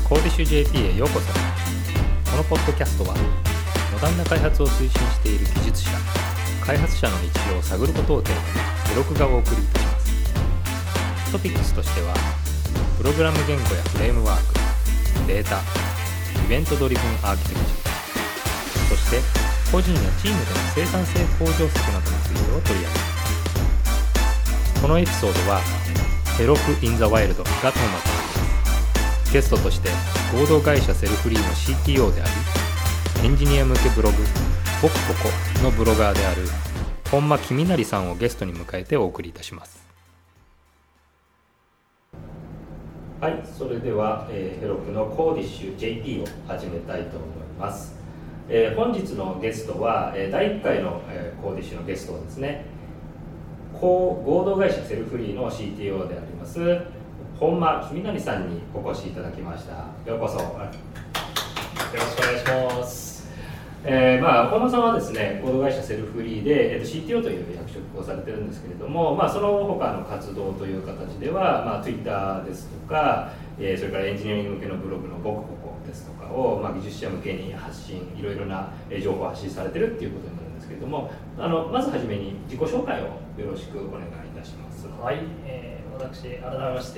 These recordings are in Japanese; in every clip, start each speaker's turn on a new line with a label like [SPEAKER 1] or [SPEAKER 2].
[SPEAKER 1] コーディッシュ JP へようこそ。このポッドキャストはモダンな開発を推進している技術者、開発者の日常を探ることをテーマにヘロクがお送りいたします。トピックスとしてはプログラム言語やフレームワーク、データ、イベントドリブンアーキテクチャ、そして個人やチームでの生産性向上策などについてを取り上げます。このエピソードはヘロクインザワイルドがテーマとなります。ゲストとして合同会社セルフリーの CTO であり、エンジニア向けブログ僕ここのブロガーである本間公成さんをゲストに迎えてお送りいたします。はい、それでは、ヘロクのコーディッシュ JP を始めたいと思います。本日のゲストは、第1回の、コーディッシュのゲストはですね、合同会社セルフリーの CTO であります本間公成さんにお越しいただきました。ようこそ。よろしくお願いします。本間さんはですね、合同会社セルフリーで、CTO という役職をされてるんですけれども、その他の活動という形では、Twitter ですとか、それからエンジニアリング向けのブログの僕ここですとかを、技術者向けに発信、いろいろな情報を発信されてるっていうことになるんですけれども、まずはじめに自己紹介をよろしくお願いいたします。
[SPEAKER 2] はい、私改めまして、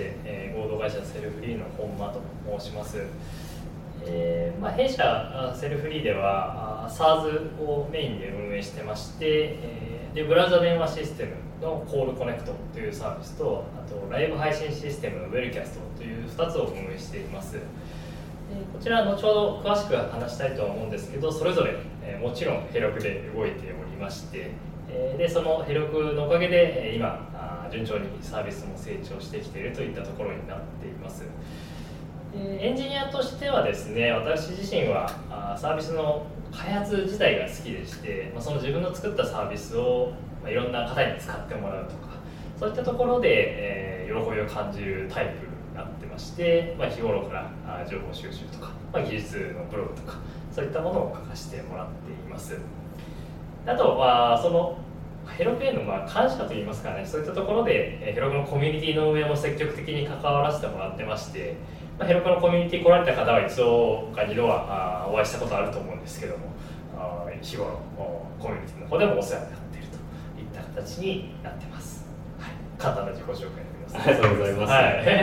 [SPEAKER 2] 合同会社セルフリーの本間と申します。弊社セルフリーでは SaaS をメインで運営してまして、でブラウザ電話システムのコールコネクトというサービスと、あとライブ配信システムのウェルキャストという2つを運営しています。こちら後ほど詳しく話したいとは思うんですけど、それぞれもちろんヘロクで動いておりまして、でそのヘロクのおかげで今順調にサービスも成長してきているといったところになっています。エンジニアとしてはですね、私自身はサービスの開発自体が好きでして、その自分の作ったサービスをいろんな方に使ってもらうとか、そういったところで喜びを感じるタイプになってまして、日頃から情報収集とか、技術のブログとか、そういったものを書かせてもらっています。あとはそのヘロクへの感謝といいますかね、そういったところでヘロクのコミュニティの運営も積極的に関わらせてもらってまして、ヘロクのコミュニティ来られた方は一度か二度はお会いしたことあると思うんですけども、日頃コミュニティの方でもお世話になっているといった形になってます。はい、簡単な自己紹介になります。
[SPEAKER 1] ありがとうございます。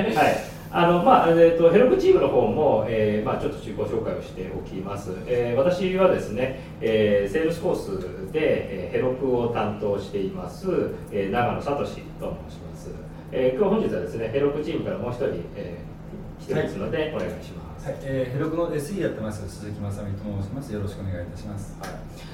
[SPEAKER 1] ヘロクチームの方も、ちょっと自己紹介をしておきます。私はですね、セールスフォースで、ヘロクを担当しています、長野聡と申します。本日はですね、ヘロクチームからもう一人、来てますので、お願いします。
[SPEAKER 3] ヘロクの SE やってます鈴木正美と申します。よろしくお願いいたします。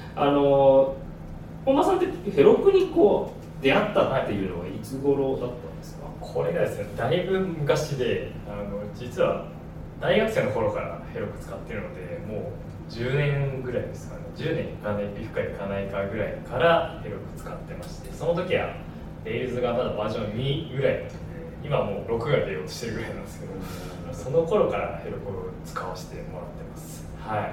[SPEAKER 1] 本間さんってヘロクに出会ったっていうのはいつ頃だったんですか？
[SPEAKER 2] これがですね、だいぶ昔で、実は大学生の頃からヘロク使っているので、もう10年ぐらいですかね、10年いかないかいかないかぐらいからヘロク使ってまして、その時は Rails がまだバージョン2ぐらいの時で、今もう6が出ようとしてるぐらいなんですけど、その頃からヘロクを使わせてもらってます。はい。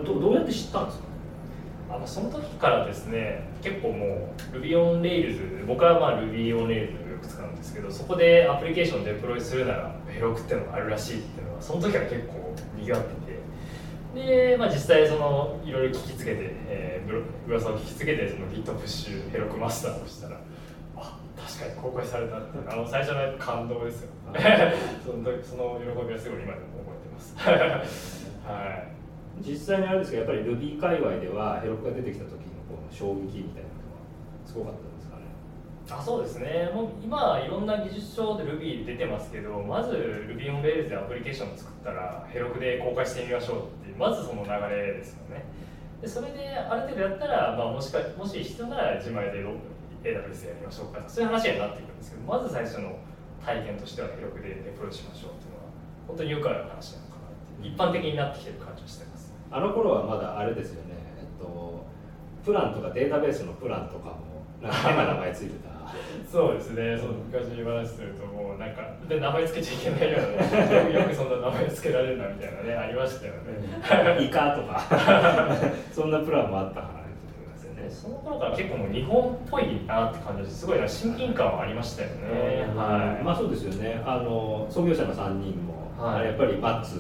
[SPEAKER 1] どうやって知ったんですか？
[SPEAKER 2] その時からですね、結構もう Ruby on Rails、僕はRuby on Rails をよく使うんですけど、そこでアプリケーションデプロイするならヘロクっていうのがあるらしいっていうのは、その時は結構賑わってて、で、実際そのいろいろ聞きつけて、噂を聞きつけて、その Git プッシュヘロクマスターをしたら、確かに公開されたって、最初の感動ですよ。その喜びはすごい今でも覚えてます。はい。
[SPEAKER 1] 実際にあれですけど、やっぱり Ruby 界隈ではヘロクが出てきた時の衝撃みたいなのはすごかったんですかね？
[SPEAKER 2] そうですね。もう今いろんな技術書で Ruby 出てますけど、まず Ruby on Rails でアプリケーションを作ったらヘロクで公開してみましょうっていう、まずその流れですよね。でそれである程度やったら、もし必要なら自前で AWS やりましょうか、そういう話になっていくんですけど、まず最初の体験としてはヘロクでデプロイしましょうっていうのは本当によくある話なのかなって、一般的になってきてる感じがしてます。
[SPEAKER 1] あの頃はまだあれですよね、プランとかデータベースのプランとかも変な名前ついてた。
[SPEAKER 2] そうですね、その昔話するともうなんかで名前つけちゃいけないような、よくそんな名前つけられるなみたいなね、ありましたよね。
[SPEAKER 1] イカとかそんなプランもあったからね。
[SPEAKER 2] その頃から結構もう日本っぽいなって感じですごい親近感はありましたよね。
[SPEAKER 1] そうですよね。創業者の3人も、やっぱりマッツ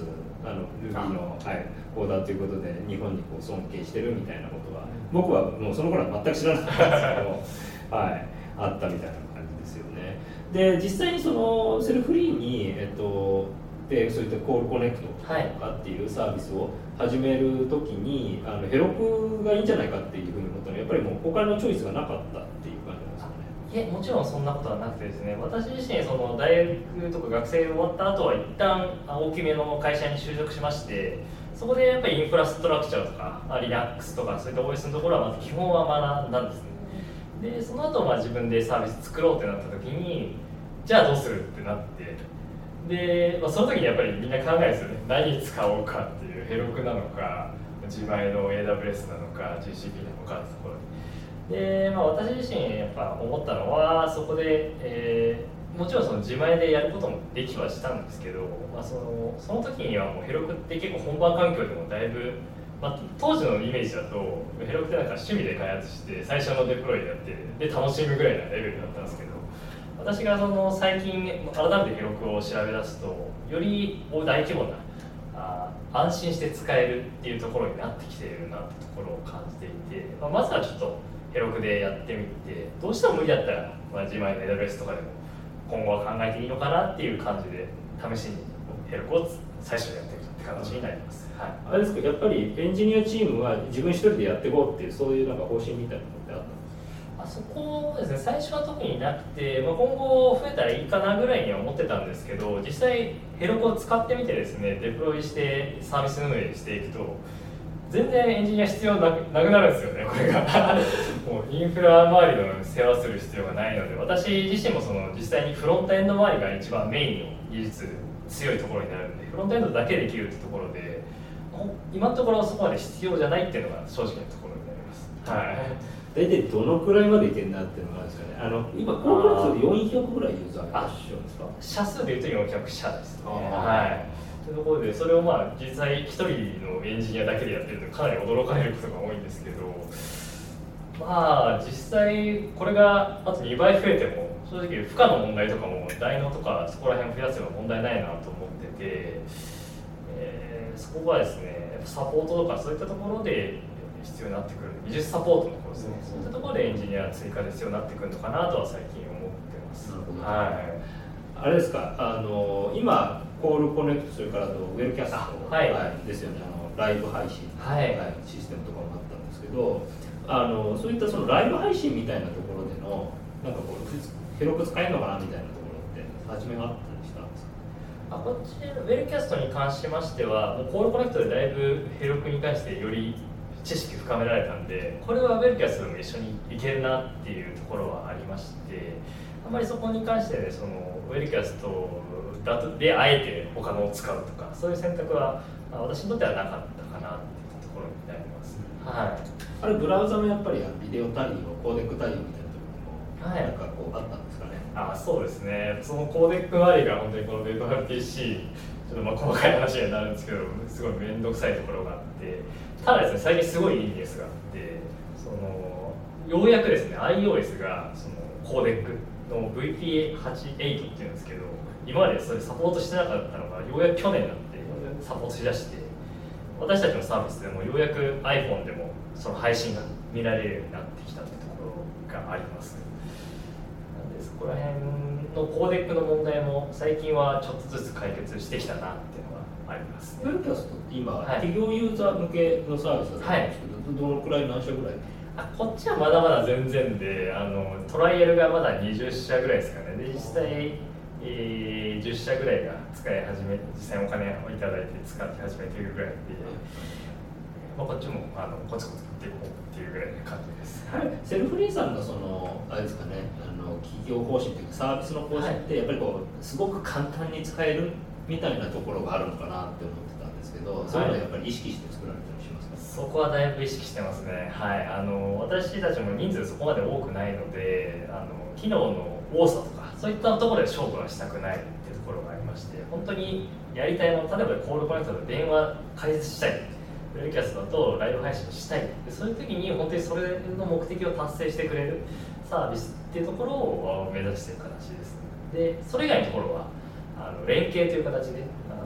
[SPEAKER 1] Ruby の、コーダーということで日本にこう尊敬してるみたいなことは、僕はもうその頃は全く知らなかったんですけど、あったみたいな感じですよね。で実際にそのセルフリーに、でそういったコールコネクトとかっていうサービスを始めるときに、ヘロクがいいんじゃないかっていうふうに思ったのはやっぱりもう他のチョイスがなかったっていう感じなんですかね。
[SPEAKER 2] いえ、もちろんそんなことはなくてですね、私自身その大学とか学生終わった後は一旦大きめの会社に就職しまして、そこでやっぱりインフラストラクチャーとか Linux とかそういった OS のところはまず基本は学んだんですね。でその後自分でサービス作ろうってなった時に、じゃあどうするってなって、で、その時にやっぱりみんな考えるんですよね。何使おうかっていう、ヘロクなのか自前の AWS なのか GCP なのかってところで、私自身やっぱ思ったのはそこで、もちろんその自前でやることもできはしたんですけど、その時にはもうヘロクって結構本番環境でもだいぶ、当時のイメージだとヘロクってなんか趣味で開発して最初のデプロイやってで楽しむぐらいなレベルだったんですけど、私がその最近改めてヘロクを調べ出すとより大規模な安心して使えるっていうところになってきているなってところを感じていて、まずはちょっとヘロクでやってみて、どうしても無理だったら、自前の AWS とかでも今後は考えていいのかなっていう感じで試しにヘロクを最初にやってみたって形になります。
[SPEAKER 1] あれですか、やっぱりエンジニアチームは自分一人でやっていこうっていうそういうなんか方針みたいなのってあったんですか？
[SPEAKER 2] そこですね、最初は特になくて、今後増えたらいいかなぐらいには思ってたんですけど、実際ヘロクを使ってみてですね、デプロイしてサービス運営していくと全然エンジニア必要なくなるんですよね、これがもうインフラ周りの世話する必要がないので、私自身もその実際にフロントエンド周りが一番メインの技術強いところになるので、フロントエンドだけできるってところで今のところそこまで必要じゃないっていうのが正直なところになります。
[SPEAKER 1] 大体どのくらいまでいけるなっていうのがあるんですかね。今コーポレートで400ぐらいユーザーがいらっしゃるんですか？
[SPEAKER 2] 社数でいうと400社ですね。というところで、それを実際一人のエンジニアだけでやってるとかなり驚かれることが多いんですけど、実際これがあと2倍増えても正直負荷の問題とかも代能とかそこら辺を増やせば問題ないなと思ってて、そこがですねサポートとかそういったところで必要になってくる、技術サポートのところですね、そういったところでエンジニア追加で必要になってくるのかなとは最近思ってます。
[SPEAKER 1] あれですか、今コールコネクト、それからウェルキャスト、ですよね、ライブ配信、システムとかもあったんですけど、そういったそのライブ配信みたいなところでのなんかこうヘロク使えるのかなみたいなところって初めはあったりしたんですか？
[SPEAKER 2] こっちのウェルキャストに関しましては、もうコールコネクトでだいぶヘロクに関してより知識深められたんで、これはウェルキャストでも一緒にいけるなっていうところはありまして、あまりそこに関してね、そのウェルキャストであえて他のを使うとかそういう選択は私にとってはなかったかなっていうところになります。
[SPEAKER 1] あれブラウザもやっぱりビデオ対応、コーデック対応みたいなところもなんかこうあったんですかね？
[SPEAKER 2] そうですね、そのコーデック周りが本当にこのデータ PC、ちょっと細かい話になるんですけど、すごい面倒くさいところがあって、ただですね、最近すごいいいニュースがあって、ようやくですね、iOS がそのコーデックの VPA88 っていうんですけど、今までそれサポートしてなかったのが、ようやく去年になってサポートしだして、私たちのサービスでもようやく iPhone でもその配信が見られるようになってきたというところがあります。なので、そこら辺のコーデックの問題も最近はちょっとずつ解決してきたなっていうのがあります、
[SPEAKER 1] ウェルキャストって今、企業ユーザー向けのサービスだと思うんですけど、どのくらい、何社ぐらい？
[SPEAKER 2] こっちはまだまだ全然で、トライアルがまだ20社ぐらいですかね。で実際、10社ぐらいが使い始め、実際にお金をいただいて使って始めているぐらいで、こっちもコツコツやっていこうっていうぐらいの感じです。
[SPEAKER 1] セルフリーさんのあれですかね、企業方針というかサービスの方針ってやっぱりこうすごく簡単に使えるみたいなところがあるのかなって思ってたんですけど、そういうのはやっぱり意識して作られたりしますか？
[SPEAKER 2] そこはだいぶ意識してますね。私たちも人数そこまで多くないので、機能の多さとかそういったところで勝負はしたくないっていうところがありまして、本当にやりたいもの、例えばコールコネクトで電話解説したい、ウェルキャストだとライブ配信したい、でそういう時に本当にそれの目的を達成してくれるサービスっていうところを目指している形です。でそれ以外のところは連携という形で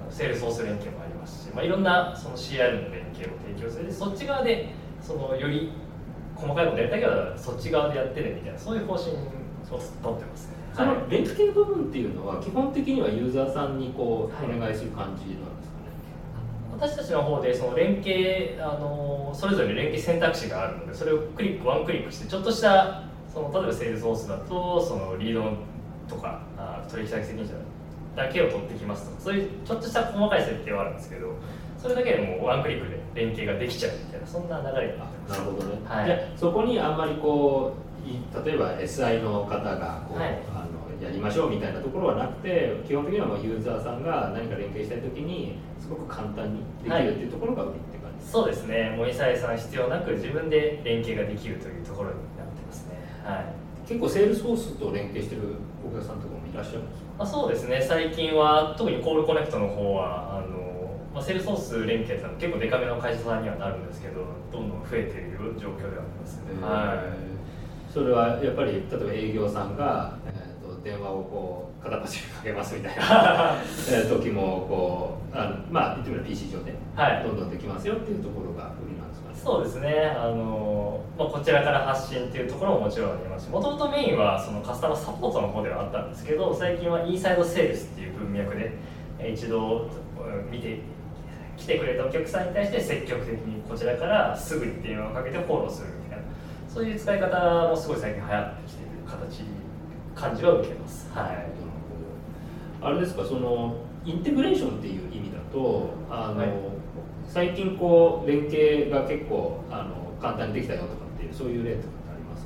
[SPEAKER 2] セールスソース連携もありますし、いろんなその CR の連携を提供する、そっち側でそのより細かいことやりたいけどそっち側でやってねみたいな、そういう方針を取ってますね。
[SPEAKER 1] その連携部分っていうのは基本的にはユーザーさんにこうお願いする感じなんですかね。
[SPEAKER 2] 私たちの方でその連携それぞれ連携選択肢があるので、それをワンクリックしてちょっとしたその例えばセールスソースだとそのリードとか取引先責任者だけを取ってきますとか、そういうちょっとした細かい設定はあるんですけど、それだけでもうワンクリックで連携ができちゃうみたいな、そんな流れになってます。
[SPEAKER 1] なるほどね。
[SPEAKER 2] はい、
[SPEAKER 1] じゃあそこにあんまりこう例えば SI の方がこう、
[SPEAKER 2] はい、
[SPEAKER 1] やりましょうみたいなところはなくて、基本的にはもうユーザーさんが何か連携したいときにすごく簡単にできるっていうところが売りって感じですか。
[SPEAKER 2] そうですね。もう SI さん必要なく自分で連携ができるというところになってますね。はい。
[SPEAKER 1] 結構セールスフォースと連携してるお客さんとかもいらっしゃるんですか。
[SPEAKER 2] そうですね。最近は特にコールコネクトの方はセールスソース連携さん結構デカめの会社さんにはなるんですけど、どんどん増えている状況ではありますね。はい。
[SPEAKER 1] それはやっぱり例えば営業さんが、電話をこう片っ端にかけますみたいな時もこう言ってみれば PC 上でどんどんできますよっていうところが売りなんですかね。
[SPEAKER 2] そうですね。こちらから発信っていうところももちろんありますし、もともとメインはそのカスタマーサポートの方ではあったんですけど、最近はインサイドセールスっていう文脈で一度来てくれたお客さんに対して積極的にこちらからすぐに電話をかけてフォローするみたいな、そういう使い方もすごい最近流行ってきている感じは受けます。はい。
[SPEAKER 1] あれですか、そのインテグレーションっていう意味だと最近こう連携が結構簡単にできたよとかっていうそういう例とかってあります？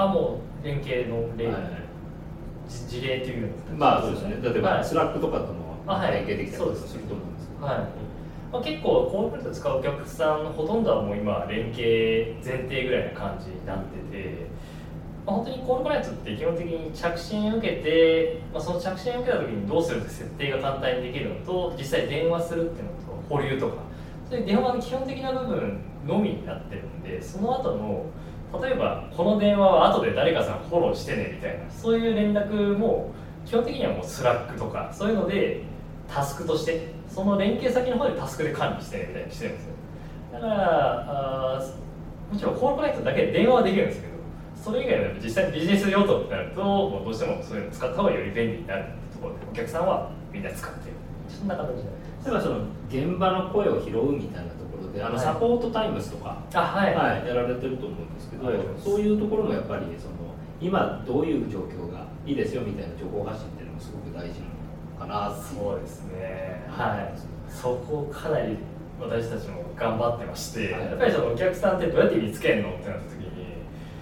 [SPEAKER 2] もう連携の例、事例という
[SPEAKER 1] のそうですね。例えばスラックとかとも連携できたりとかすると思うんですけど、
[SPEAKER 2] 結構コールプレート使うお客さんのほとんどはもう今連携前提ぐらいな感じになってて、本当にコールコネクトって基本的に着信を受けて、その着信を受けた時にどうするって設定が簡単にできるのと、実際電話するっていうのと保留とか、そういう電話の基本的な部分のみになってるんで、その後の例えばこの電話は後で誰かさんフォローしてねみたいな、そういう連絡も基本的にはもうスラックとかそういうのでタスクとしてその連携先の方でタスクで管理してねみたいにしてるんですよ。だからもちろんコールコネクトだけで電話はできるんですけど、それ以外の実際にビジネス用途ってなるともうどうしてもそういうのを使った方がより便利になるってところでお客さんはみんな使っている、そんな形になってます。
[SPEAKER 1] 例えばその現場の声を拾うみたいなところでサポートタイムスとかやられてると思うんですけど、そういうところもやっぱりその今どういう状況がいいですよみたいな情報発信っていうのもすごく大事なのかなっていう。
[SPEAKER 2] そうですね。そこをかなり私たちも頑張ってまして、やっぱりそのお客さんってどうやって見つけるのってなった時に、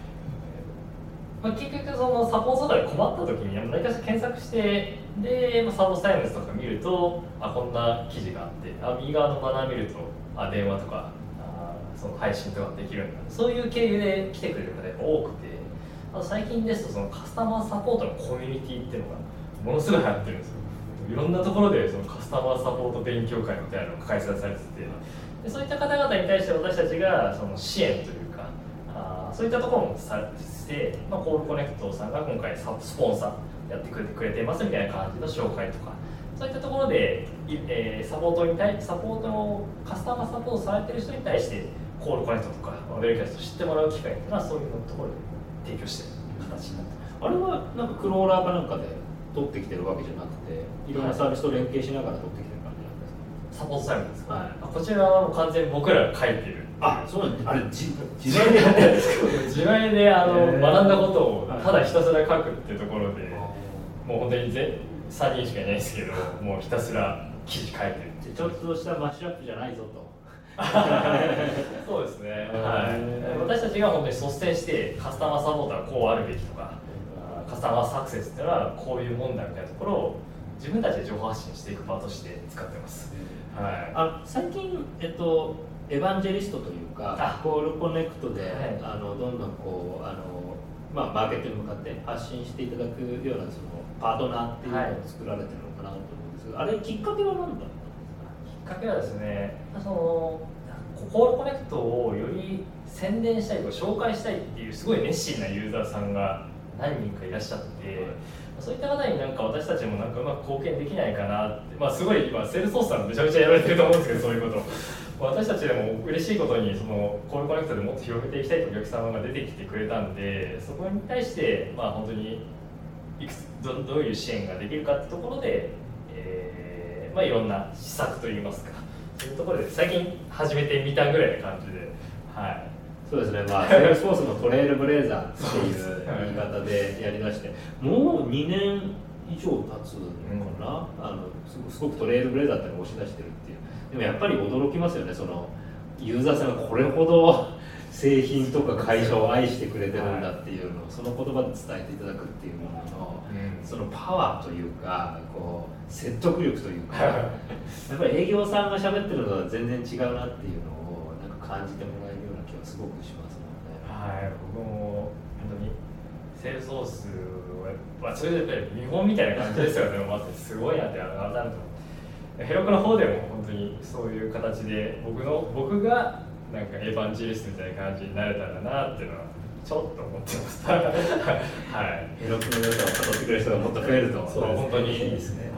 [SPEAKER 2] 結局そのサポートとかで困った時に何かしら検索してで、サポートタイムズとか見るとこんな記事があって右側のバナー見ると電話とかその配信とかできるんだ、そういう経由で来てくれる方が多くて、最近ですとそのカスタマーサポートのコミュニティっていうのがものすごい流行ってるんですよ。いろんなところでそのカスタマーサポート勉強会みたいなのが開催されてて、でそういった方々に対して私たちがその支援というかそういったところもさして、コールコネクトさんが今回スポンサーやってくれてますみたいな感じの紹介とか、そういったところで、サポートのカスタマーサポートされてる人に対してコールコネクトとかウェルキャストを知ってもらう機会っていうのはそういうところで提供している形になってます。
[SPEAKER 1] あれはなんかクローラーかなんかで取ってきてるわけじゃなくて、いろんなサービスと連携しながら取ってきてる感じなんですか？
[SPEAKER 2] サポートタイムですか？こちらはもう完全に僕らが書いてる。
[SPEAKER 1] そうなんです。あれ自前でやってるんですか？
[SPEAKER 2] 自前で学んだことをただひたすら書くっていうところで、もう本当に3人しかいないですけど、もうひたすら記事書いてる。
[SPEAKER 1] ちょっとしたマッシュアップじゃないぞと。
[SPEAKER 2] そうですね。私たちが本当に率先してカスタマーサポートはこうあるべきとか、カスタマーサクセスっていうのはこういうもんだみたいなところを自分たちで情報発信していく場として使ってます。
[SPEAKER 1] 最近エヴァンジェリストというかコールコネクトで、どんどんこうマーケットに向かって発信していただくようなそのパートナーっていうのを作られてるのかなと思うんですけど、あれきっかけは何だったんですか？
[SPEAKER 2] きっかけはですね、コールコネクトをより宣伝したいとか紹介したいっていうすごい熱心なユーザーさんが何人かいらっしゃって、 そういった方になんか私たちもなんかうまく貢献できないかなって、すごい今セールスソースさんめちゃめちゃやられてると思うんですけど、そういうこと私たちでも嬉しいことにそのコールコネクトでもっと広げていきたいとお客様が出てきてくれたんで、そこに対して本当にどういう支援ができるかってところで、いろんな施策といいますか、そういうところで最近始めてみたぐらいな感じで、
[SPEAKER 1] そうですね、セールスフォースのトレイルブレイザーっていう言い方でやりだして、もう2年以上経つのかな、すごくトレイルブレイザーってのを押し出してるっていう。でもやっぱり驚きますよね、そのユーザーさんがこれほど製品とか会社を愛してくれてるんだっていうのをその言葉で伝えていただくっていうものの、そのパワーというか説得力というかやっぱり営業さんが喋ってるのとは全然違うなっていうのをなんか感じてもらえるような気がすごくしますもんね。
[SPEAKER 2] 僕も本当にセールスフォースは、それでやっぱり見本みたいな感じですよねまずすごいなって改めて思って。ヘロクの方でも本当にそういう形で僕がなんかエヴァンジェリストみたいな感じになれたらなっていうのはちょっと思ってます。はい。
[SPEAKER 1] ヘロクの良さを語ってくれる人がもっと増えると、
[SPEAKER 2] そう本当に
[SPEAKER 1] いいですね。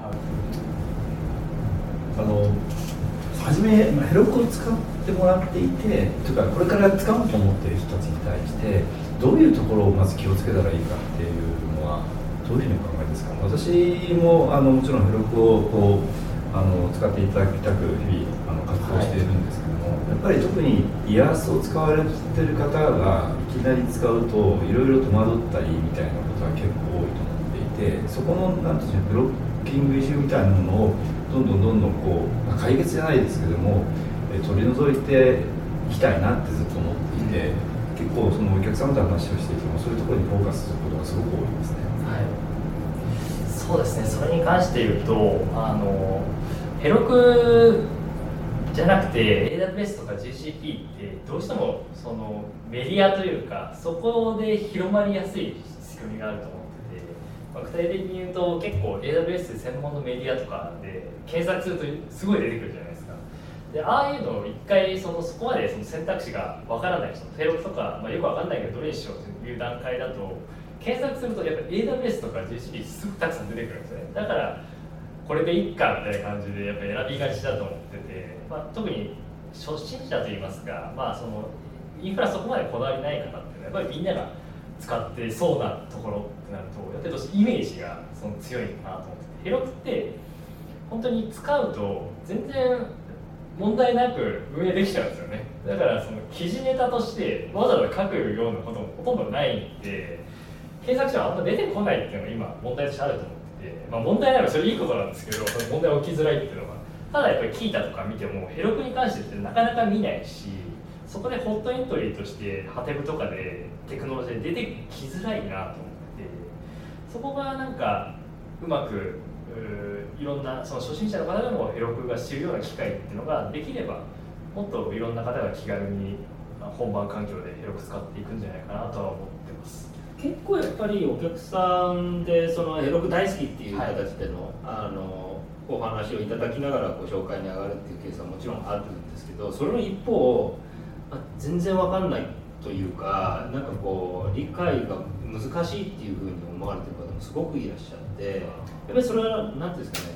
[SPEAKER 3] 初めヘロクを使ってもらっていてとかこれから使おうと思っている人たちに対してどういうところをまず気をつけたらいいかっていうのはどういうふうにお考えですか。私ももちろんヘロクを使っていただきたく日々活動しているんですけども、やっぱり特にイヤースを使われている方がいきなり使うといろいろ戸惑ったりみたいなことが結構多いと思っていて、そこのなんていうブロッキングイシューみたいなものをどんどん解決じゃないですけども取り除いていきたいなってずっと思っていて、結構そのお客様と話をしていてもそういうところにフォーカスすることがすごく多いですね。
[SPEAKER 2] そうですね。それに関して言うとヘロクじゃなくて AWS とか GCP ってどうしてもそのメディアというかそこで広まりやすい仕組みがあると思ってて、具体的に言うと結構 AWS 専門のメディアとかで検索するとすごい出てくるじゃないですか。でああいうのを一回そこまでその選択肢がわからない人、ヘロクとか、よくわかんないけどどれにしようという段階だと検索するとやっぱり AWS とか GCP すごくたくさん出てくるんですよね。だからこれでいっかみたいな感じでやっぱり選びがちだと思ってて、特に初心者といいますか、そのインフラそこまでこだわりない方っていうのはやっぱりみんなが使ってそうなところってなるとやっぱりどうしてイメージがその強いかなと思ってて、ヘロクって本当に使うと全然問題なく運営できちゃうんですよね。だからその記事ネタとしてわざわざ書くようなこともほとんどないんで、検索者はあんま出てこないっていうのが今問題としてあると思ってて、問題ならそれいいことなんですけど、その問題起きづらいっていうのがただやっぱりキータとか見てもヘロクに関してってなかなか見ないし、そこでホットエントリーとしてハテブとかでテクノロジーで出てきづらいなと思って、そこがなんかうまくいろんなその初心者の方でもヘロクが知るような機会っていうのができればもっといろんな方が気軽に本番環境でヘロク使っていくんじゃないかなとは思ってます。
[SPEAKER 1] 結構やっぱりお客さんでそのヘロク大好きっていう形での、お話をいただきながらご紹介に上がるっていうケースはもちろんあるんですけど、それの一方全然わかんないというか、なんか理解が難しいっていうふうに思われてる方もすごくいらっしゃって、やっぱりそれは何ていうんですかね、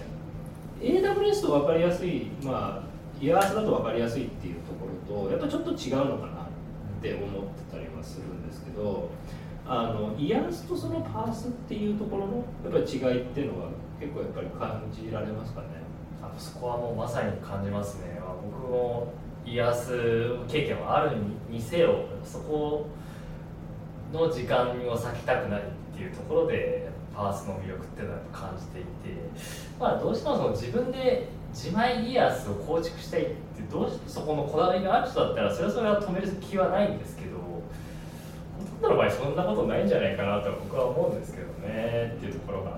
[SPEAKER 1] AWS と分かりやすい、イヤースだと分かりやすいっていうところとやっぱちょっと違うのかなって思ってたりはするんですけど、イヤースとそのパースっていうところのやっぱり違いっていうのは結構やっぱり感じられますかね。
[SPEAKER 2] そこはもうまさに感じますね。僕もイヤース経験はあるにせよ、そこの時間を割きたくないっていうところでパースの魅力っていうのは感じていて、どうしてもその自分で自前イヤースを構築したいってどうしてもそこのこだわりがある人だったらそれは止める気はないんですけど、ほとんどの場合そんなことないんじゃないかなと僕は思うんですけどねっていうところがあって、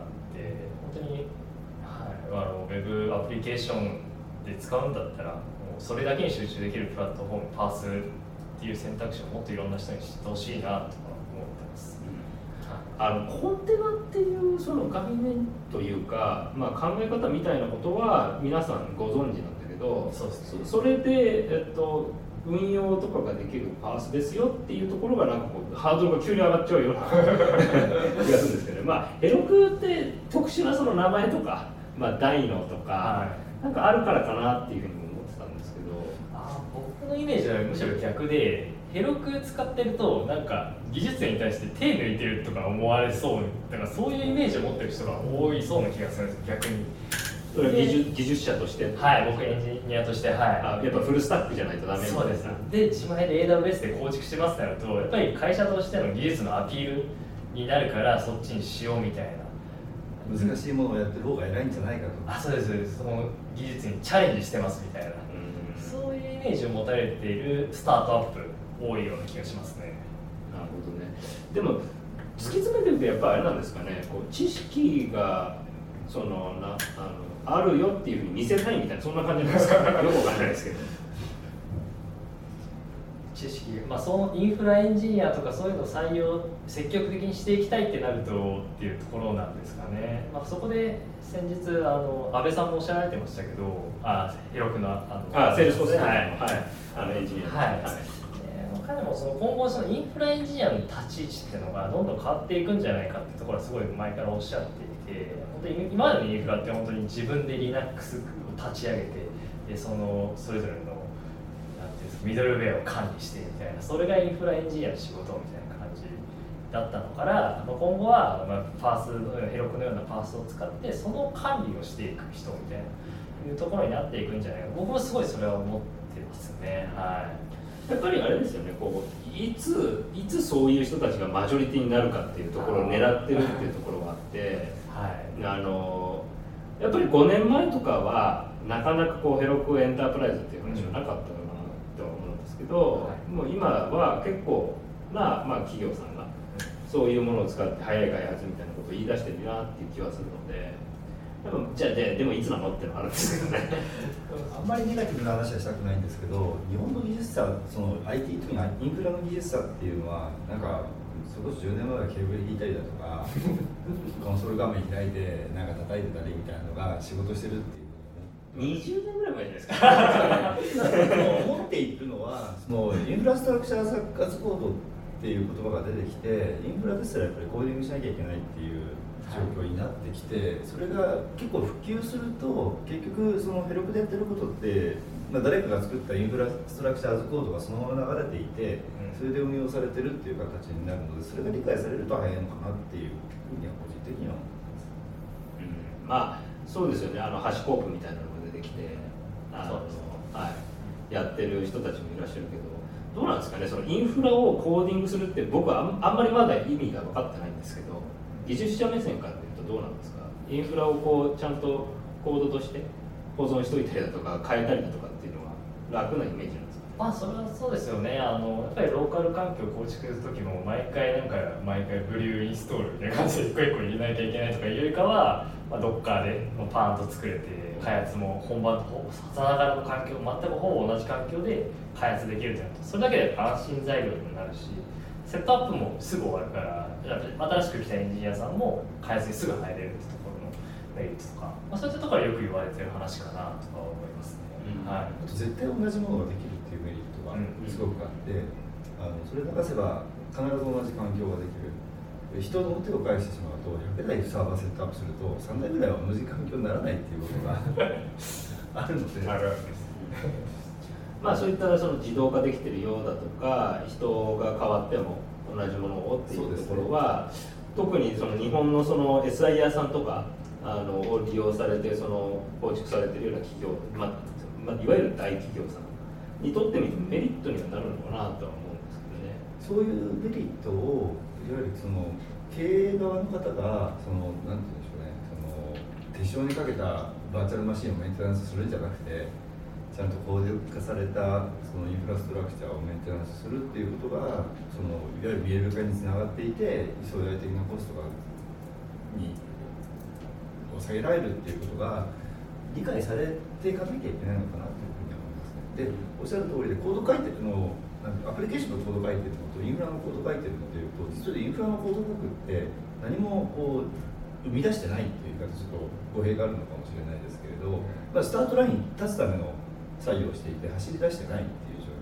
[SPEAKER 2] 本当に、ウェブアプリケーションで使うんだったらもうそれだけに集中できるプラットフォームパースっていう選択肢をもっといろんな人に知ってほしいなとか思ってます。
[SPEAKER 1] コンテナっていうその概念というか、考え方みたいなことは皆さんご存知なんだけど、
[SPEAKER 2] そうですね。
[SPEAKER 1] それで、 運用とかができるパースですよっていうところがなんかこうハードルが急に上がっちゃうような気がするんですけどね。まあヘロクって特殊なその名前とか、まあ、ダイノとか、はい、なんかあるからかなっていうふうに思ってたんですけど、
[SPEAKER 2] 僕のイメージはむしろ逆で、ヘロク使ってるとなんか技術に対して手抜いてるとか思われそう、だからそういうイメージを持ってる人が多いそうな気がするんですよ、逆に。
[SPEAKER 1] それは技術者として、
[SPEAKER 2] はい、僕エンジニアとして、はい、
[SPEAKER 1] やっぱフルスタックじゃないとダメみたいな。
[SPEAKER 2] そうです。で、自前で AWS で構築してますってなると、やっぱり会社としての技術のアピールになるから、そっちにしようみたいな。
[SPEAKER 3] 難しいものをやってる方が偉いんじゃないかと。
[SPEAKER 2] そうです、そうです。その技術にチャレンジしてますみたいな、そういうイメージを持たれているスタートアップ多いような気がしますね。
[SPEAKER 1] なるほどね。でも突き詰めてるとやっぱあれなんですかね、こう知識がそのあるよっていうふうに見せたいみたいな、そんな感じなんですかね。よくわかんないですけど。
[SPEAKER 2] 知識、そのインフラエンジニアとかそういうのを採用積極的にしていきたいってなるとっていうところなんですかね。そこで先日安倍さんもおっしゃられてましたけど、ヘロクの
[SPEAKER 1] セールスフォースの、
[SPEAKER 2] はい、
[SPEAKER 1] エンジニア、
[SPEAKER 2] はい、彼も今後そのインフラエンジニアの立ち位置っていうのがどんどん変わっていくんじゃないかっていうところはすごい前からおっしゃっていて、本当に今までのインフラって本当に自分で Linux を立ち上げて、でそれぞれのミドルウェアを管理してみたいな、それがインフラエンジニアの仕事みたいな感じだったのから、今後はヘロクのようなパースを使ってその管理をしていく人みたいないうところになっていくんじゃないか、僕もすごいそれは思ってますね。はい、
[SPEAKER 1] やっぱりあれですよね、こういつそういう人たちがマジョリティになるかっていうところを狙ってるっていうところがあって、はい、やっぱり5年前とかはなかなかこうヘロクエンタープライズっていう話はなかったのかなとは思うんですけど、もう今は結構な、企業さんがそういうものを使って早い開発みたいなことを言い出してるなっていう気はするので、じゃあでもいつなのっていうのがあるんですけどね。
[SPEAKER 3] あんまりネガティブな話はしたくないんですけど、日本の技術者、その IT 特にインフラの技術者っていうのはなんかそれこそ10年前はケーブル引いたりだとかコンソール画面開いてなんか叩いてたりみたいなのが仕事してるっていう。
[SPEAKER 1] 20年ぐらい前じゃないですか。
[SPEAKER 3] 思っているのは、そのインフラストラクチャーアズコードっていう言葉が出てきて、インフラですらやっぱりコーディングしなきゃいけないっていう状況になってきて、それが結構普及すると結局そのヘロクでやってることって、誰かが作ったインフラストラクチャーズコードがそのまま流れていて、それで運用されてるっていう形になるので、それが理解されると早いのかなっていうふうには個人的には思って
[SPEAKER 1] ます。そうですよね。ハシコープみたいなのが出てきて、やってる人たちもいらっしゃるけど、どうなんですかね。そのインフラをコーディングするって僕はあんまりまだ意味が分かってないんですけど、技術者目線から言うとどうなんですか。インフラをこうちゃんとコードとして保存しといたりだとか変えたりだとかっていうのは楽なイメージなんですか。
[SPEAKER 2] それはそうですよね。やっぱりローカル環境を構築する時も毎回ブリューインストールみたいな感じで一個一個入れなきゃいけないとかいうよりかは、どっかでパーンと作れて、開発も本番とさながらの環境、全くほぼ同じ環境で開発できるというと、それだけで安心材料になるし、セットアップもすぐ終わるから、新しく来たエンジニアさんも開発にすぐ入れるってところのメリットとか、そういったところはよく言われてる話かなとか思いますね。
[SPEAKER 3] あと絶対同じものができるっていうメリットがすごくあって、それを流せば必ず同じ環境ができる。人の手を返してしまうと、100台サーバーセットアップすると3台ぐらいは同じ環境にならないっていうことがあるので。
[SPEAKER 1] そういったその自動化できてるようだとか、人が変わっても同じものをっていうところは、特にその日本のその SIR さんとかを利用されてその構築されているような企業、いわゆる大企業さんにとってみてもメリットにはなるのかなとは思うんですけどね。
[SPEAKER 3] そういうメリットをいわゆるその経営側の方がなんていうんでしょうね、手塩にかけたバーチャルマシンをメンテナンスするんじゃなくて、ちゃんとコーデ化されたそのインフラストラクチャーをメンテナンスするっていうことが、いわゆる見える化につながっていて、将来的なコストに抑えられるっていうことが理解されていかなきゃいけないのかなというふうに思いますね。で、おっしゃる通りで、コード書いてるのアプリケーションのコード書いてるのとインフラのコード書いてるのというと、実はインフラのコード書くって何もこう生み出してないっていうか、ちょっと語弊があるのかもしれないですけれど、スタートラインに立つための作業をしていて走り出してないっていう状況なの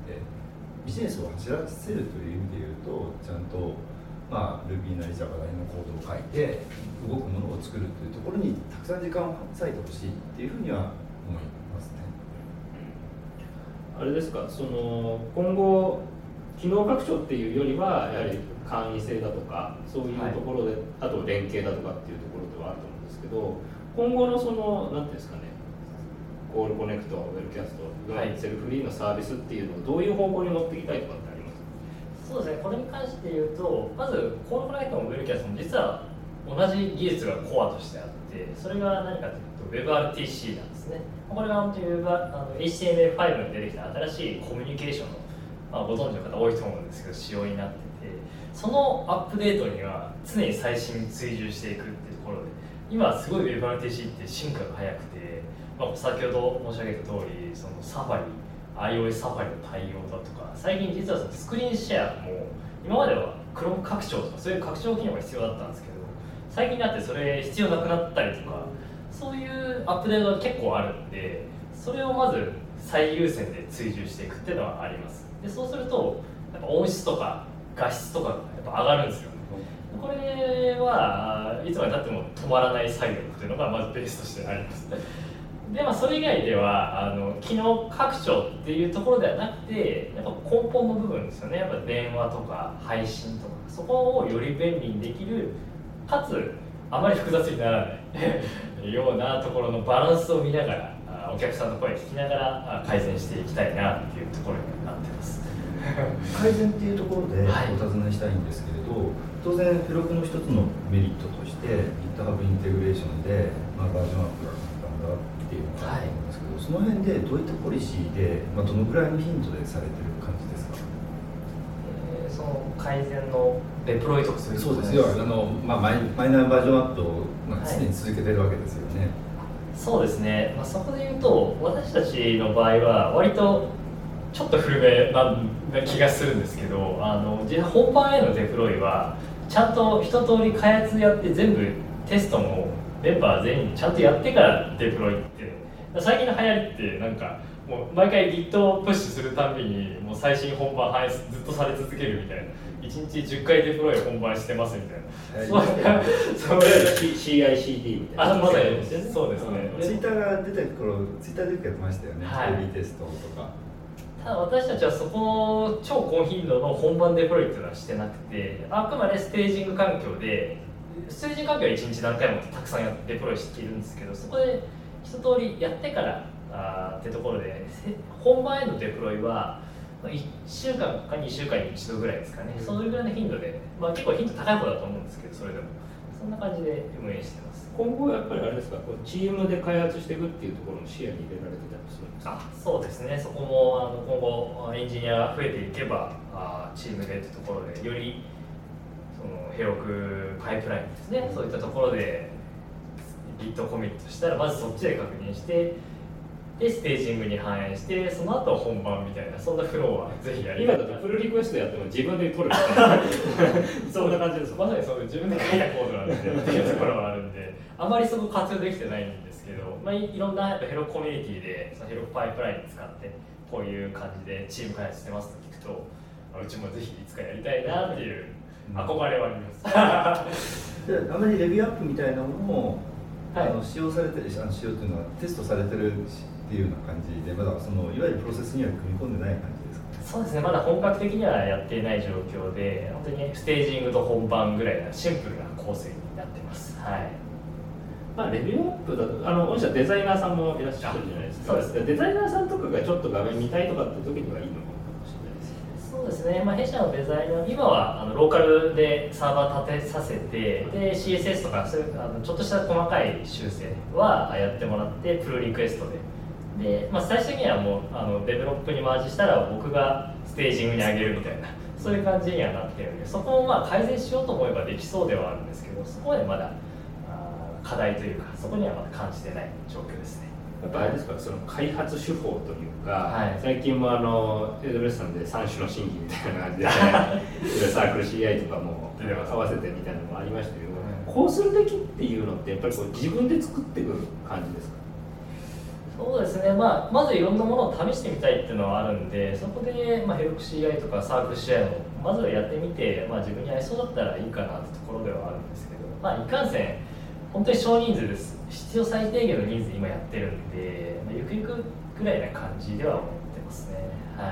[SPEAKER 3] て、ビジネスを走らせるという意味で言うとちゃんと、Ruby なり Java なりのコードを書いて動くものを作るというところにたくさん時間を割いてほしいっていうふうには思いますね。
[SPEAKER 1] あれですか、今後機能拡張っていうよりはやはり簡易性だとかそういうところで、あと連携だとかっていうところではあると思うんですけど、今後のなんていうんですかね、コールコネクト、ウェルキャストがセルフリーのサービスっていうのをどういう方向に持っていきたいとかってありますか？
[SPEAKER 2] そうですね、これに関して言うと、まずコールコネクトもウェルキャストも実は同じ技術がコアとしてあって、それが何かというと WebRTC なんですね。これが本当に HTML5 に出てきた新しいコミュニケーションの、ご存知の方多いと思うんですけど仕様になってて、そのアップデートには常に最新に追従していくっていうところで、今すごい WebRTC って進化が早くて、先ほど申し上げた通り、そのサファリ、iOS サファリの対応だとか、最近実はそのスクリーンシェアも今までは Chrome 拡張とかそういう拡張機能が必要だったんですけど、最近になってそれ必要なくなったりとか、そういうアップデートが結構あるんで、それをまず最優先で追従していくっていうのはあります。でそうするとやっぱ音質とか画質とかがやっぱ上がるんですよね。これはいつまでたっても止まらない作業っていうのがまずベースとしてあります。でそれ以外では機能拡張っていうところではなくて、やっぱ根本の部分ですよね。やっぱ電話とか配信とか、そこをより便利にできる、かつあまり複雑にならないようなところのバランスを見ながら、お客さんの声を聞きながら改善していきたいなっていうところになってます。
[SPEAKER 3] 改善っていうところでお尋ねしたいんですけれど、当然ヘロクの一つのメリットとして GitHub インテグレーションで、バージョンアップが簡単だっていうのがあると思うんですけど、その辺でどういったポリシーで、どのくらいの頻度でされてる感じですか？
[SPEAKER 2] その改善のデプロイとか
[SPEAKER 3] そうですよ、マイナーバージョンアップを常に続けてるわけですよね。
[SPEAKER 2] そうですね、そこで言うと私たちの場合は割とちょっと古めな気がするんですけど、実は本番へのデプロイはちゃんと一通り開発やって全部テストもメンバー全員ちゃんとやってからデプロイって、最近の流行りってなんかもう毎回 Git をプッシュするたびにもう最新本番ずっとされ続けるみたいな、1日10回デプロイ本番してますみたいな、
[SPEAKER 1] そういう CI/CD みたいな。
[SPEAKER 2] まさにそうですね。
[SPEAKER 3] ツイッターが出た頃、ツイッターでよくやってましたよね、AB テストとか。
[SPEAKER 2] ただ私たちはそこの超高頻度の本番デプロイっていうのはしてなくて、あくまでステージング環境で、ステージング環境は1日何回もたくさんデプロイしているんですけど、そこで一通りやってからってところで、本番へのデプロイは1週間か2週間に1度ぐらいですかね、そういうぐらいの頻度で、結構頻度高い方だと思うんですけど、それでもそんな感じで運営してます。
[SPEAKER 1] 今後やっぱりあれですか、チームで開発していくっていうところも視野に入れられてたりするんですか？
[SPEAKER 2] そうですね、そこも今後エンジニアが増えていけばチームでってところでよりそのヘロクパイプラインですね、そういったところで Git コミットしたらまずそっちで確認して、でステージングに反映して、その後本番みたいな、そんなフローはぜひやりたい。
[SPEAKER 1] 今だとプルリクエストやっても自分で取るみたいなそんな感じです。
[SPEAKER 2] まさにそういう自分で書いたコードなんでっていうところはあるんで、あまりそこ活用できてないんですけど、いろんなやっぱヘロクコミュニティでそのヘロクパイプライン使ってこういう感じでチーム開発してますと聞くと、うちもぜひいつかやりたいなっていう憧れはあります。
[SPEAKER 3] であまりレビューアップみたいなものも、使用されてる、使用というのはテストされてるっていうような感じで、まだそのいわゆるプロセスには組み込んでない感じですか？
[SPEAKER 2] そうですね、まだ本格的にはやっていない状況で、本当にステージングと本番ぐらいなシンプルな構成になってます。
[SPEAKER 1] レビューアップだと、御社デザイナーさんもいらっしゃるじゃないですか。そうですね、デザイナーさんとかがちょっと画面見たいとかって時にはいいのかもしれないですね。
[SPEAKER 2] そうですね、弊社のデザイナー、今はローカルでサーバー立てさせて、で CSS とかそういうちょっとした細かい修正はやってもらって、プルリクエストで、最終的にはもうデベロップにマージしたら僕がステージングに上げるみたいな、そういう感じにはなっているので、そこも改善しようと思えばできそうではあるんですけど、そこまでまだ課題というか、そこにはまだ感じてない状況ですね。
[SPEAKER 1] やっぱあれですか、その開発手法というか、最近もAWSさんで3種の審議みたいな感じでサークル CI とかも合わせてみたいなのもありましたけど、こうするべきっていうのってやっぱり自分で作っていく感じですか？
[SPEAKER 2] そうですね、まずいろんなものを試してみたいっていうのはあるんで、そこで、ヘロク CI とかサークル CI をまずはやってみて、自分に合いそうだったらいいかなってところではあるんですけど、いかんせん本当に少人数です。必要最低限の人数今やってるんで、ゆくゆくぐらいな感じでは思ってますね。はい。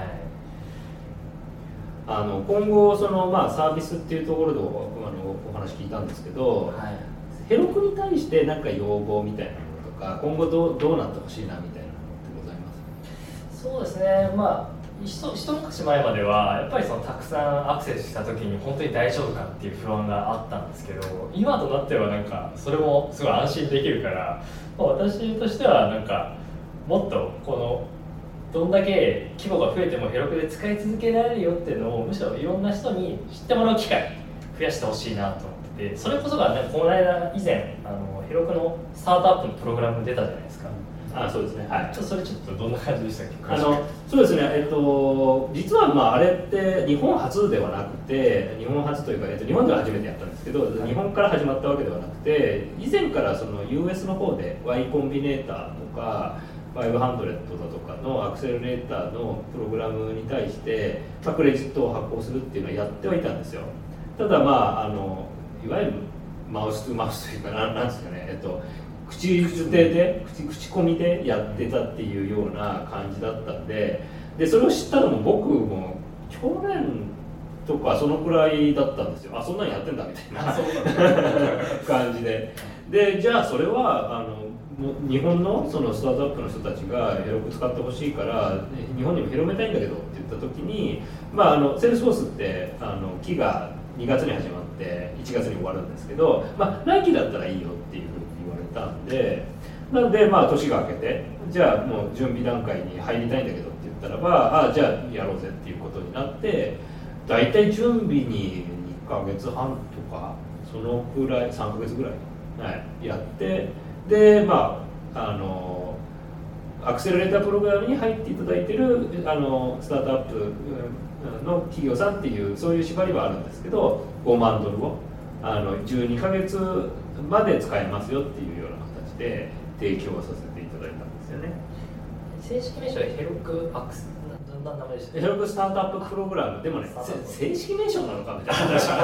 [SPEAKER 1] 今後その、サービスっていうところでお話聞いたんですけど、
[SPEAKER 2] はい、
[SPEAKER 1] ヘロクに対して何か要望みたいなものとか、今後どうなってほしいなみたいなものってございます？
[SPEAKER 2] そうですね、一昔前まではやっぱりそのたくさんアクセスした時に本当に大丈夫かっていう不安があったんですけど、今となってはなんかそれもすごい安心できるから、私としてはなんかもっとこのどんだけ規模が増えてもヘロクで使い続けられるよっていうのをむしろいろんな人に知ってもらう機会増やしてほしいなと思ってて、それこそが、この間以前ヘロクのスタートアップのプログラム出たじゃないですか。
[SPEAKER 1] そうですね、はい。
[SPEAKER 2] それちょっとどんな感じでしたっけ？
[SPEAKER 1] そうですね、実はあれって日本初ではなくて、日本初というか、日本では初めてやったんですけど、日本から始まったわけではなくて、以前からその US の方で Y コンビネーターとか500だとかのアクセルレーターのプログラムに対して、クレジットを発行するっていうのはやってはいたんですよ。ただいわゆるマウスというかなんですかね、口づてで口コミでやってたっていうような感じだったんで、それを知ったのも僕も去年とかそのくらいだったんですよ。そんなにやってんだみたいな感じで、じゃあそれは日本のそのスタートアップの人たちがヘロク使ってほしいから日本にも広めたいんだけどって言った時に、セールスフォースって期が2月に始まって1月に終わるんですけど、来期だったらいいよっていうふうに言われたんで、なので年が明けて、じゃあもう準備段階に入りたいんだけどって言ったらば、じゃあやろうぜっていうことになって、だいたい準備に2ヶ月半とかそのくらい3ヶ月ぐらい、やって、アクセルレータープログラムに入っていただいているスタートアップの企業さんっていうそういう縛りはあるんですけど、$5万を12ヶ月まで使えますよっていうような形で提供させていただいたんですよね。
[SPEAKER 2] 正式名称はヘロクアクセルどんな名前でした？
[SPEAKER 1] ヘロクスタートアッププログラムでもね、正式名称なのかみたいな話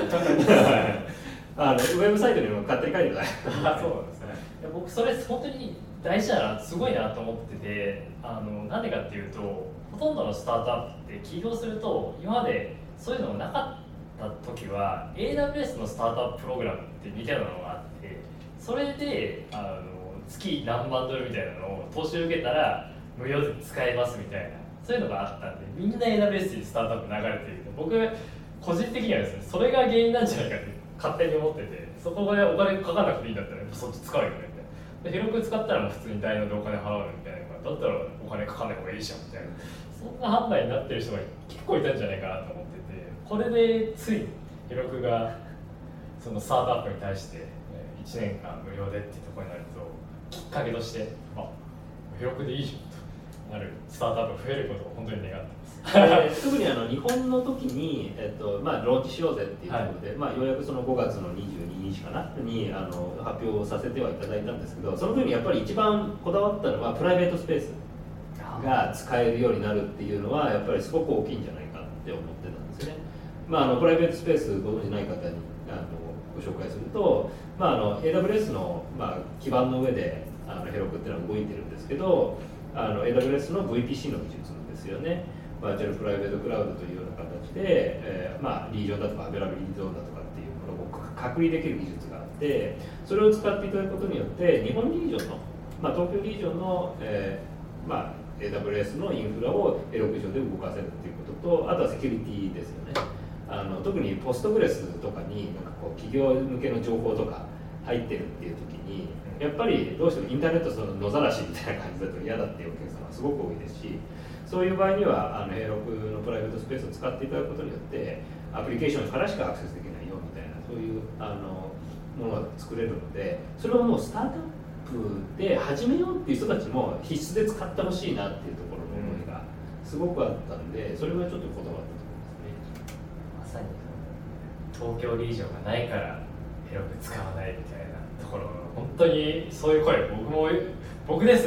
[SPEAKER 1] ウェブサイトにも勝手に書いてください。
[SPEAKER 2] そうなんですね。僕それ本当に大事だな、すごいなと思ってて、なんでかっていうと、ほとんどのスタートアップって起業すると今までそういうのがなかった時は AWS のスタートアッププログラムって似たようなのがあって、それで月何万ドルみたいなのを投資を受けたら無料で使えますみたいな、そういうのがあったんで、みんな AWS にスタートアップ流れている。僕個人的にはですね、それが原因なんじゃないかって勝手に思ってて、そこでお金かかんなくていいんだったらそっち使うよねみたいな。でヘロク使ったらもう普通に代納でお金払うみたいな、だったらお金かかんない方がいいじゃんみたいな、そんな判断になってる人が結構いたんじゃないかなと思ってて、これでついヘロクがそのスタートアップに対して1年間無料でっていうところになると、きっかけとしてヘロクでいいじゃんとなるスタートアップが増えることを本当に願ってます。
[SPEAKER 1] 特に日本の時に、ローンチしようぜっていうことで、ようやくその5月の22日かなに発表させてはいただいたんですけど、その時にやっぱり一番こだわったのはプライベートスペースが使えるようになるっていうのはやっぱりすごく大きいんじゃないかって思ってたんですよね。プライベートスペースご存じない方にご紹介すると、AWS の基盤の上でヘロクっていうのは動いてるんですけど、AWS の VPC の技術ですよね。バーチャルプライベートクラウドというような形で、リージョンだとかアベラビリティゾーンだとかっていうものを隔離できる技術があって、それを使っていただくことによって日本リージョンの、東京リージョンの、AWS のインフラをヘロク上で動かせるっていうことと、あとはセキュリティですよね。特にポストグレスとかに企業向けの情報とか入ってるっていう時に、やっぱりどうしてもインターネットその野ざらしみたいな感じだと嫌だっていうお客様がすごく多いですし、そういう場合にはヘロクのプライベートスペースを使っていただくことによってアプリケーションからしかアクセスできないよみたいな、そういうものが作れるので、それをもうスタートアップで始めようっていう人たちも必須で使ってほしいなっていうところの思いがすごくあったんで、それはちょっとこだわったところですね。
[SPEAKER 2] まさに東京リージョンがないからヘロク使わないみたいなところ、本当にそういう声、僕ですら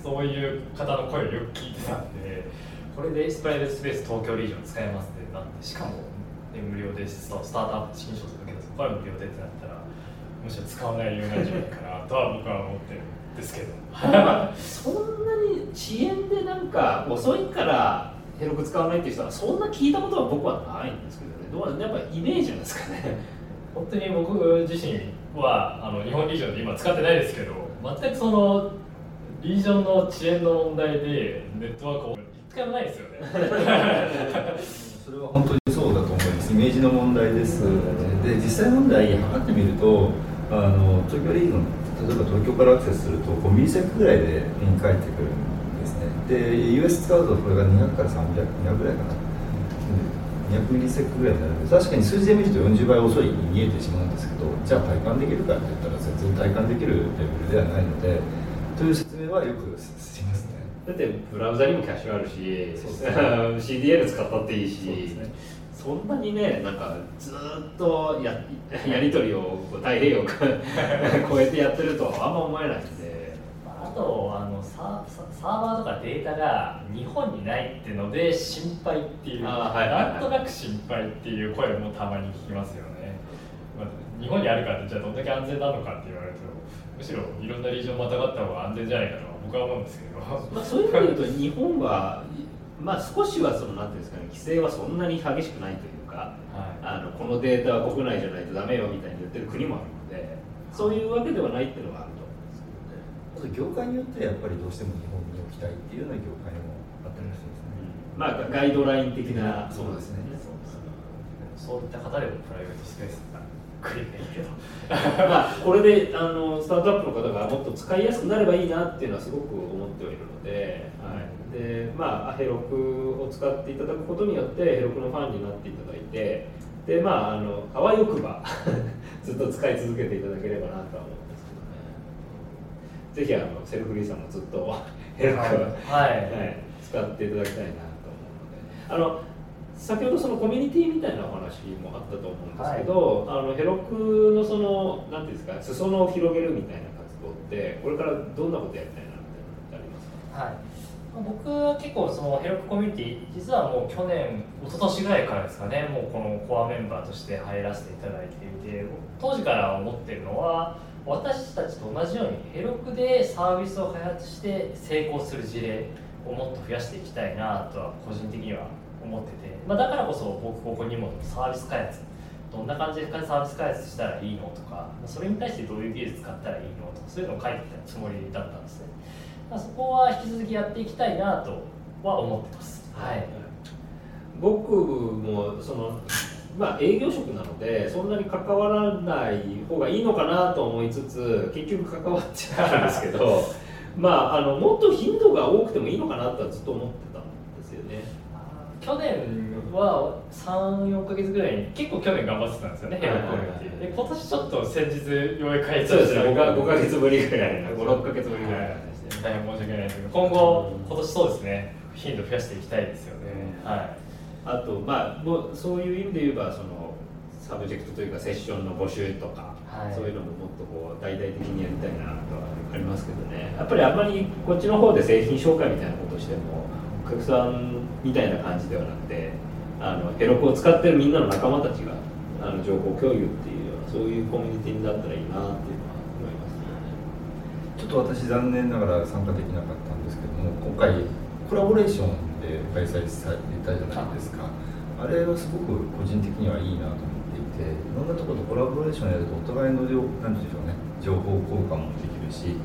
[SPEAKER 2] そういう方の声をよく聞いてたんで、これでプライベートスペース東京リージョン使えますってなって、しかも、ね、無料でスタートアップ新商品だけど、そこから無料でってなったら、むしろ使わない理由なんじゃないかなとは僕は思ってるんですけど
[SPEAKER 1] そんなに遅延でなんか遅いからヘロク使わないっていう人はそんな聞いたことは僕はないんですけどね。どうやっぱイメージなんですかね。
[SPEAKER 2] 本当に僕自身は日本リージョンで今使ってないですけど、全くそのリージョンの遅延の問題でネットワークを一回もないですよね
[SPEAKER 3] それは本当にそうだと思います。イメージの問題です。で、実際問題測ってみると、東京リージョン、例えば東京からアクセスすると5ミリセックぐらいでピン返ってくるんですね。で、US 使うとこれが200から300、200ぐらいかな。200ミリセックぐらいになるので、確かに数字で見ると40倍遅いに見えてしまうんですけど、じゃあ体感できるかって言ったら全然体感できるレベルではないので、という説明はよくしますね。
[SPEAKER 1] だってブラウザにもキャッシュあるし、CDN 使ったっていいし、そんなにね、なんかずっとやり取りを太平洋を超えてやってるとはあんま思えないんで、
[SPEAKER 2] あとサーバーとかデータが日本にないっていうので心配っていう、なんとなく心配っていう声もたまに聞きますよね。日本にあるからってじゃあどんだけ安全なのかって言われると、むしろいろんなリージョンまたがった方が安全じゃないかと僕は思うんですけど
[SPEAKER 1] そういう意味で言うと日本は少しはそのなんていうんですかね、規制はそんなに激しくないというか、このデータは国内じゃないとダメよみたいに言ってる国もあるので、そういうわけではないっていうのがあると思うんですけどね。
[SPEAKER 3] 業界によってはやっぱりどうしても日本に置きたいっていうような業界もあったりするんですね。
[SPEAKER 1] ガイドライン的な、
[SPEAKER 3] そうですね。
[SPEAKER 2] そういった方でもプライベートスペースが来るべきけど
[SPEAKER 1] これでスタートアップの方がもっと使いやすくなればいいなっていうのはすごく思っておるので、でヘロクを使っていただくことによってヘロクのファンになっていただいて、であわよくばずっと使い続けていただければなとは思うんですけどね。ぜひセルフリーさんもずっとヘロクを、使っていただきたいなと思うので、先ほどそのコミュニティみたいなお話もあったと思うんですけど、ヘロクのそのなんていうんですか、裾野を広げるみたいな活動ってこれからどんなことやりたいなってありますか？
[SPEAKER 2] 僕は結構そのヘロクコミュニティ、実はもう去年、一昨年ぐらいからですかね、もうこのコアメンバーとして入らせていただいていて、当時から思っているのは、私たちと同じようにヘロクでサービスを開発して成功する事例をもっと増やしていきたいなとは個人的には思ってて、だからこそ僕ここにもサービス開発、どんな感じでサービス開発したらいいのとか、それに対してどういう技術使ったらいいのとか、そういうのを書いてきたつもりだったんですね。そこは引き続きやっていきたいなとは思ってます。
[SPEAKER 1] 僕もその営業職なのでそんなに関わらない方がいいのかなと思いつつ結局関わっちゃうんですけどもっと頻度が多くてもいいのかなとはずっと思ってたんですよね。
[SPEAKER 2] 去年は 3,4 ヶ月ぐらいに結構去年頑張ってたんですよね、ヘロクコミュニティで。今年ちょっと先日ようやく帰ってきた。
[SPEAKER 1] そうですね、5ヶ月ぶりぐらい、5、6ヶ月ぶりぐらいですね。
[SPEAKER 2] 大変申し訳ないですけど、今年そうですね、頻度増やしていきたいですよね。
[SPEAKER 1] あともうそういう意味で言えばそのサブジェクトというかセッションの募集とか、そういうのももっと大々的にやりたいなとはありますけどね。やっぱりあんまりこっちの方で製品紹介みたいなことをしてもお客さんみたいな感じではなくて、ヘロクを使ってるみんなの仲間たちが情報共有っていうようなそういうコミュニティになったらいいなっていうのは思いますね。
[SPEAKER 3] ちょっと私残念ながら参加できなかったんですけども、今回コラボレーションで開催されていたじゃないですか。あれはすごく個人的にはいいなと思っていて、いろんなところとコラボレーションやるとお互いのなんでしょうね、情報交換もできるし、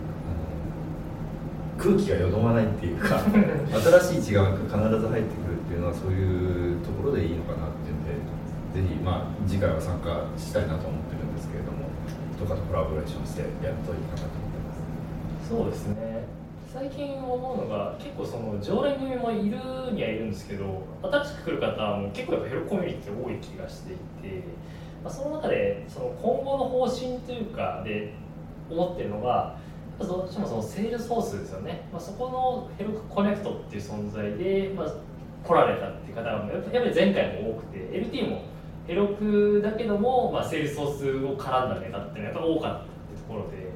[SPEAKER 3] 空気がよどまないっていうか新しい血が必ず入ってくるっていうのはそういうところでいいのかなっていうんで、ぜひ次回は参加したいなと思ってるんですけれども、とかとコラボレーションしてやるといいかなと思ってます。
[SPEAKER 2] そうですね、最近思うのが結構その常連組もいるにはいるんですけど、新しく来る方も結構やっぱヘロクコミュニティって多い気がしていて、その中でその今後の方針というかで思ってるのが、どうしてもそのセールスフォースですよね。そこのヘロクコネクトっていう存在で、来られたっていう方がやっぱり前回も多くて、LT もヘロクだけども、セールスフォースを絡んだネタっていうのがやっぱ多かったってところで、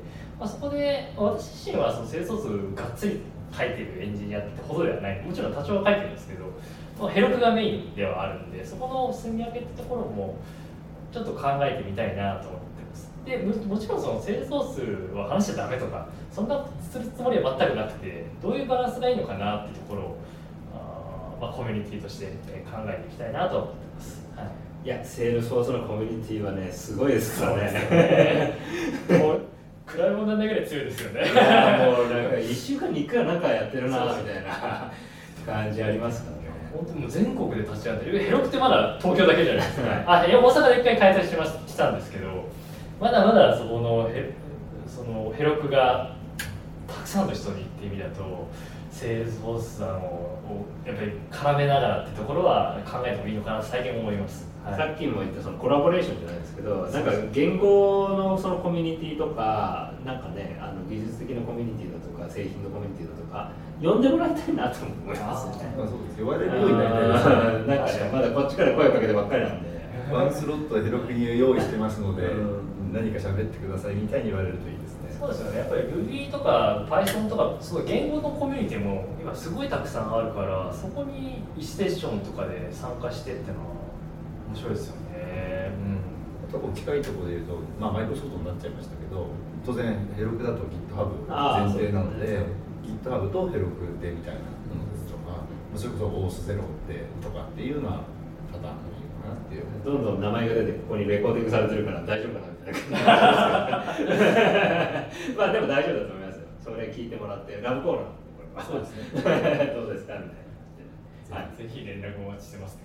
[SPEAKER 2] そこで私自身はそのセールスソースがっつり書いてるエンジニアってほどではない、もちろん多少は書いてるんですけど、ヘロクがメインではあるんで、そこの住み分けってところもちょっと考えてみたいなと思ってます。で もちろんそのセールスソースは話しちゃダメとかそんなするつもりは全くなくて、どういうバランスがいいのかなっていうところをコミュニティとして考えていきたいなと思ってます。はい、
[SPEAKER 1] いや、セールスフォースのコミュニティはね、すごいですからね。
[SPEAKER 2] もう暗いもんなんだぐらい強いですよね。
[SPEAKER 1] いやもうなんか1週間に1回はなんかやってるなみたいな感じありますからね。
[SPEAKER 2] 本当にもう全国で立ち上がってる。ヘロクってまだ東京だけじゃないですか。
[SPEAKER 1] はい、
[SPEAKER 2] 大阪で1回開催したんですけど、まだまだそのヘロクがたくさんの人にっていう意味だと、セールスフォースさんをやっぱり絡めながらってところは考えてもいいのかなと最近思います。はい、
[SPEAKER 1] さっきも言ったそのコラボレーションじゃないですけど、なんか言語のそのコミュニティとか、なんかね、技術的なコミュニティだとか製品のコミュニティだとか呼んでもらいたいなと思いますよね。
[SPEAKER 3] そうです。呼ばれるようになりたいですね。
[SPEAKER 1] なんかね、まだこっちから声をかけてばっかりなんで。
[SPEAKER 3] ワンスロットヘロクに用意してますので、何か喋ってくださいみたいに言われるといいですね。
[SPEAKER 2] そうですよね。やっぱり Ruby とか Python とかすごい言語のコミュニティも今すごいたくさんあるから、そこに1セッションとかで参加してっていうのは面白いですよね。
[SPEAKER 3] あと近いところで言うと、マイクロソフトになっちゃいましたけど、当然ヘロクだと GitHub 前提なので、GitHub とヘロクでみたいなものですとか、それこそ OAuth0でとかっていうようなパターンもいいかなっていう。
[SPEAKER 1] どんどん名前が出てここにレコーディングされてるから大丈夫かなみたいな感じですけどまあでも大丈夫だと思いますよ。それ聞いてもらってラブコールなんでこれは。
[SPEAKER 2] そうですね。
[SPEAKER 1] どうですかみたいな。
[SPEAKER 2] はい、ぜひ連絡お待ちしてますね。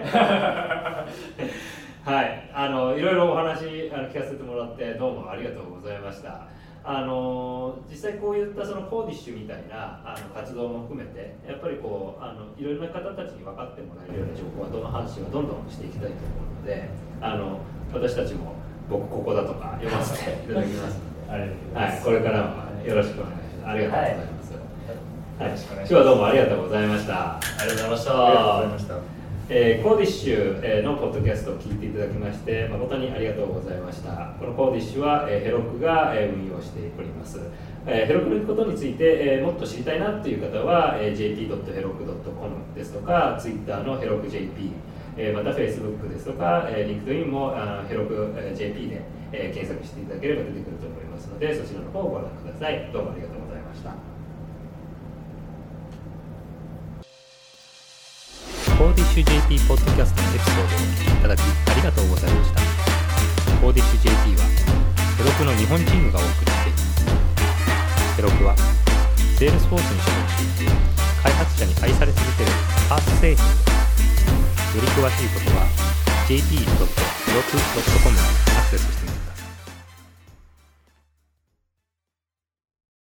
[SPEAKER 1] はい、いろいろお話聞かせてもらってどうもありがとうございました。実際こういったそのコーディッシュみたいな活動も含めてやっぱりこういろいろな方たちに分かってもらえるような情報はどの話はどんどんしていきたいと思うので、私たちも僕ここだとか読ませていただきますので
[SPEAKER 2] ありがとうございます。
[SPEAKER 1] はい、これからもよろしくお願いします。ありがとうございます。
[SPEAKER 2] はい、
[SPEAKER 1] 今日はどうもありがとうございました。
[SPEAKER 2] ありがとうございました。
[SPEAKER 3] ありがとうございました。
[SPEAKER 1] コーディッシュのポッドキャストを聞いていただきまして誠にありがとうございました。このコーディッシュはヘロクが運用しております。ヘロクのことについてもっと知りたいなという方は jp.heroku.com ですとか Twitter のヘロク JP、また Facebook ですとか LinkedIn もヘロク JP で検索していただければ出てくると思いますので、そちらの方をご覧ください。どうもありがとうございました。
[SPEAKER 4] コーディッシュ JP ポッドキャストのエピソードをお聞きいただきありがとうございました。コーディッシュ JP はヘロクの日本チームがお送りしています。ヘロクはセールスフォースに所属していて開発者に愛され続けるパース製品です。より詳しいことは jp.heroku.com にアクセスしてみてください。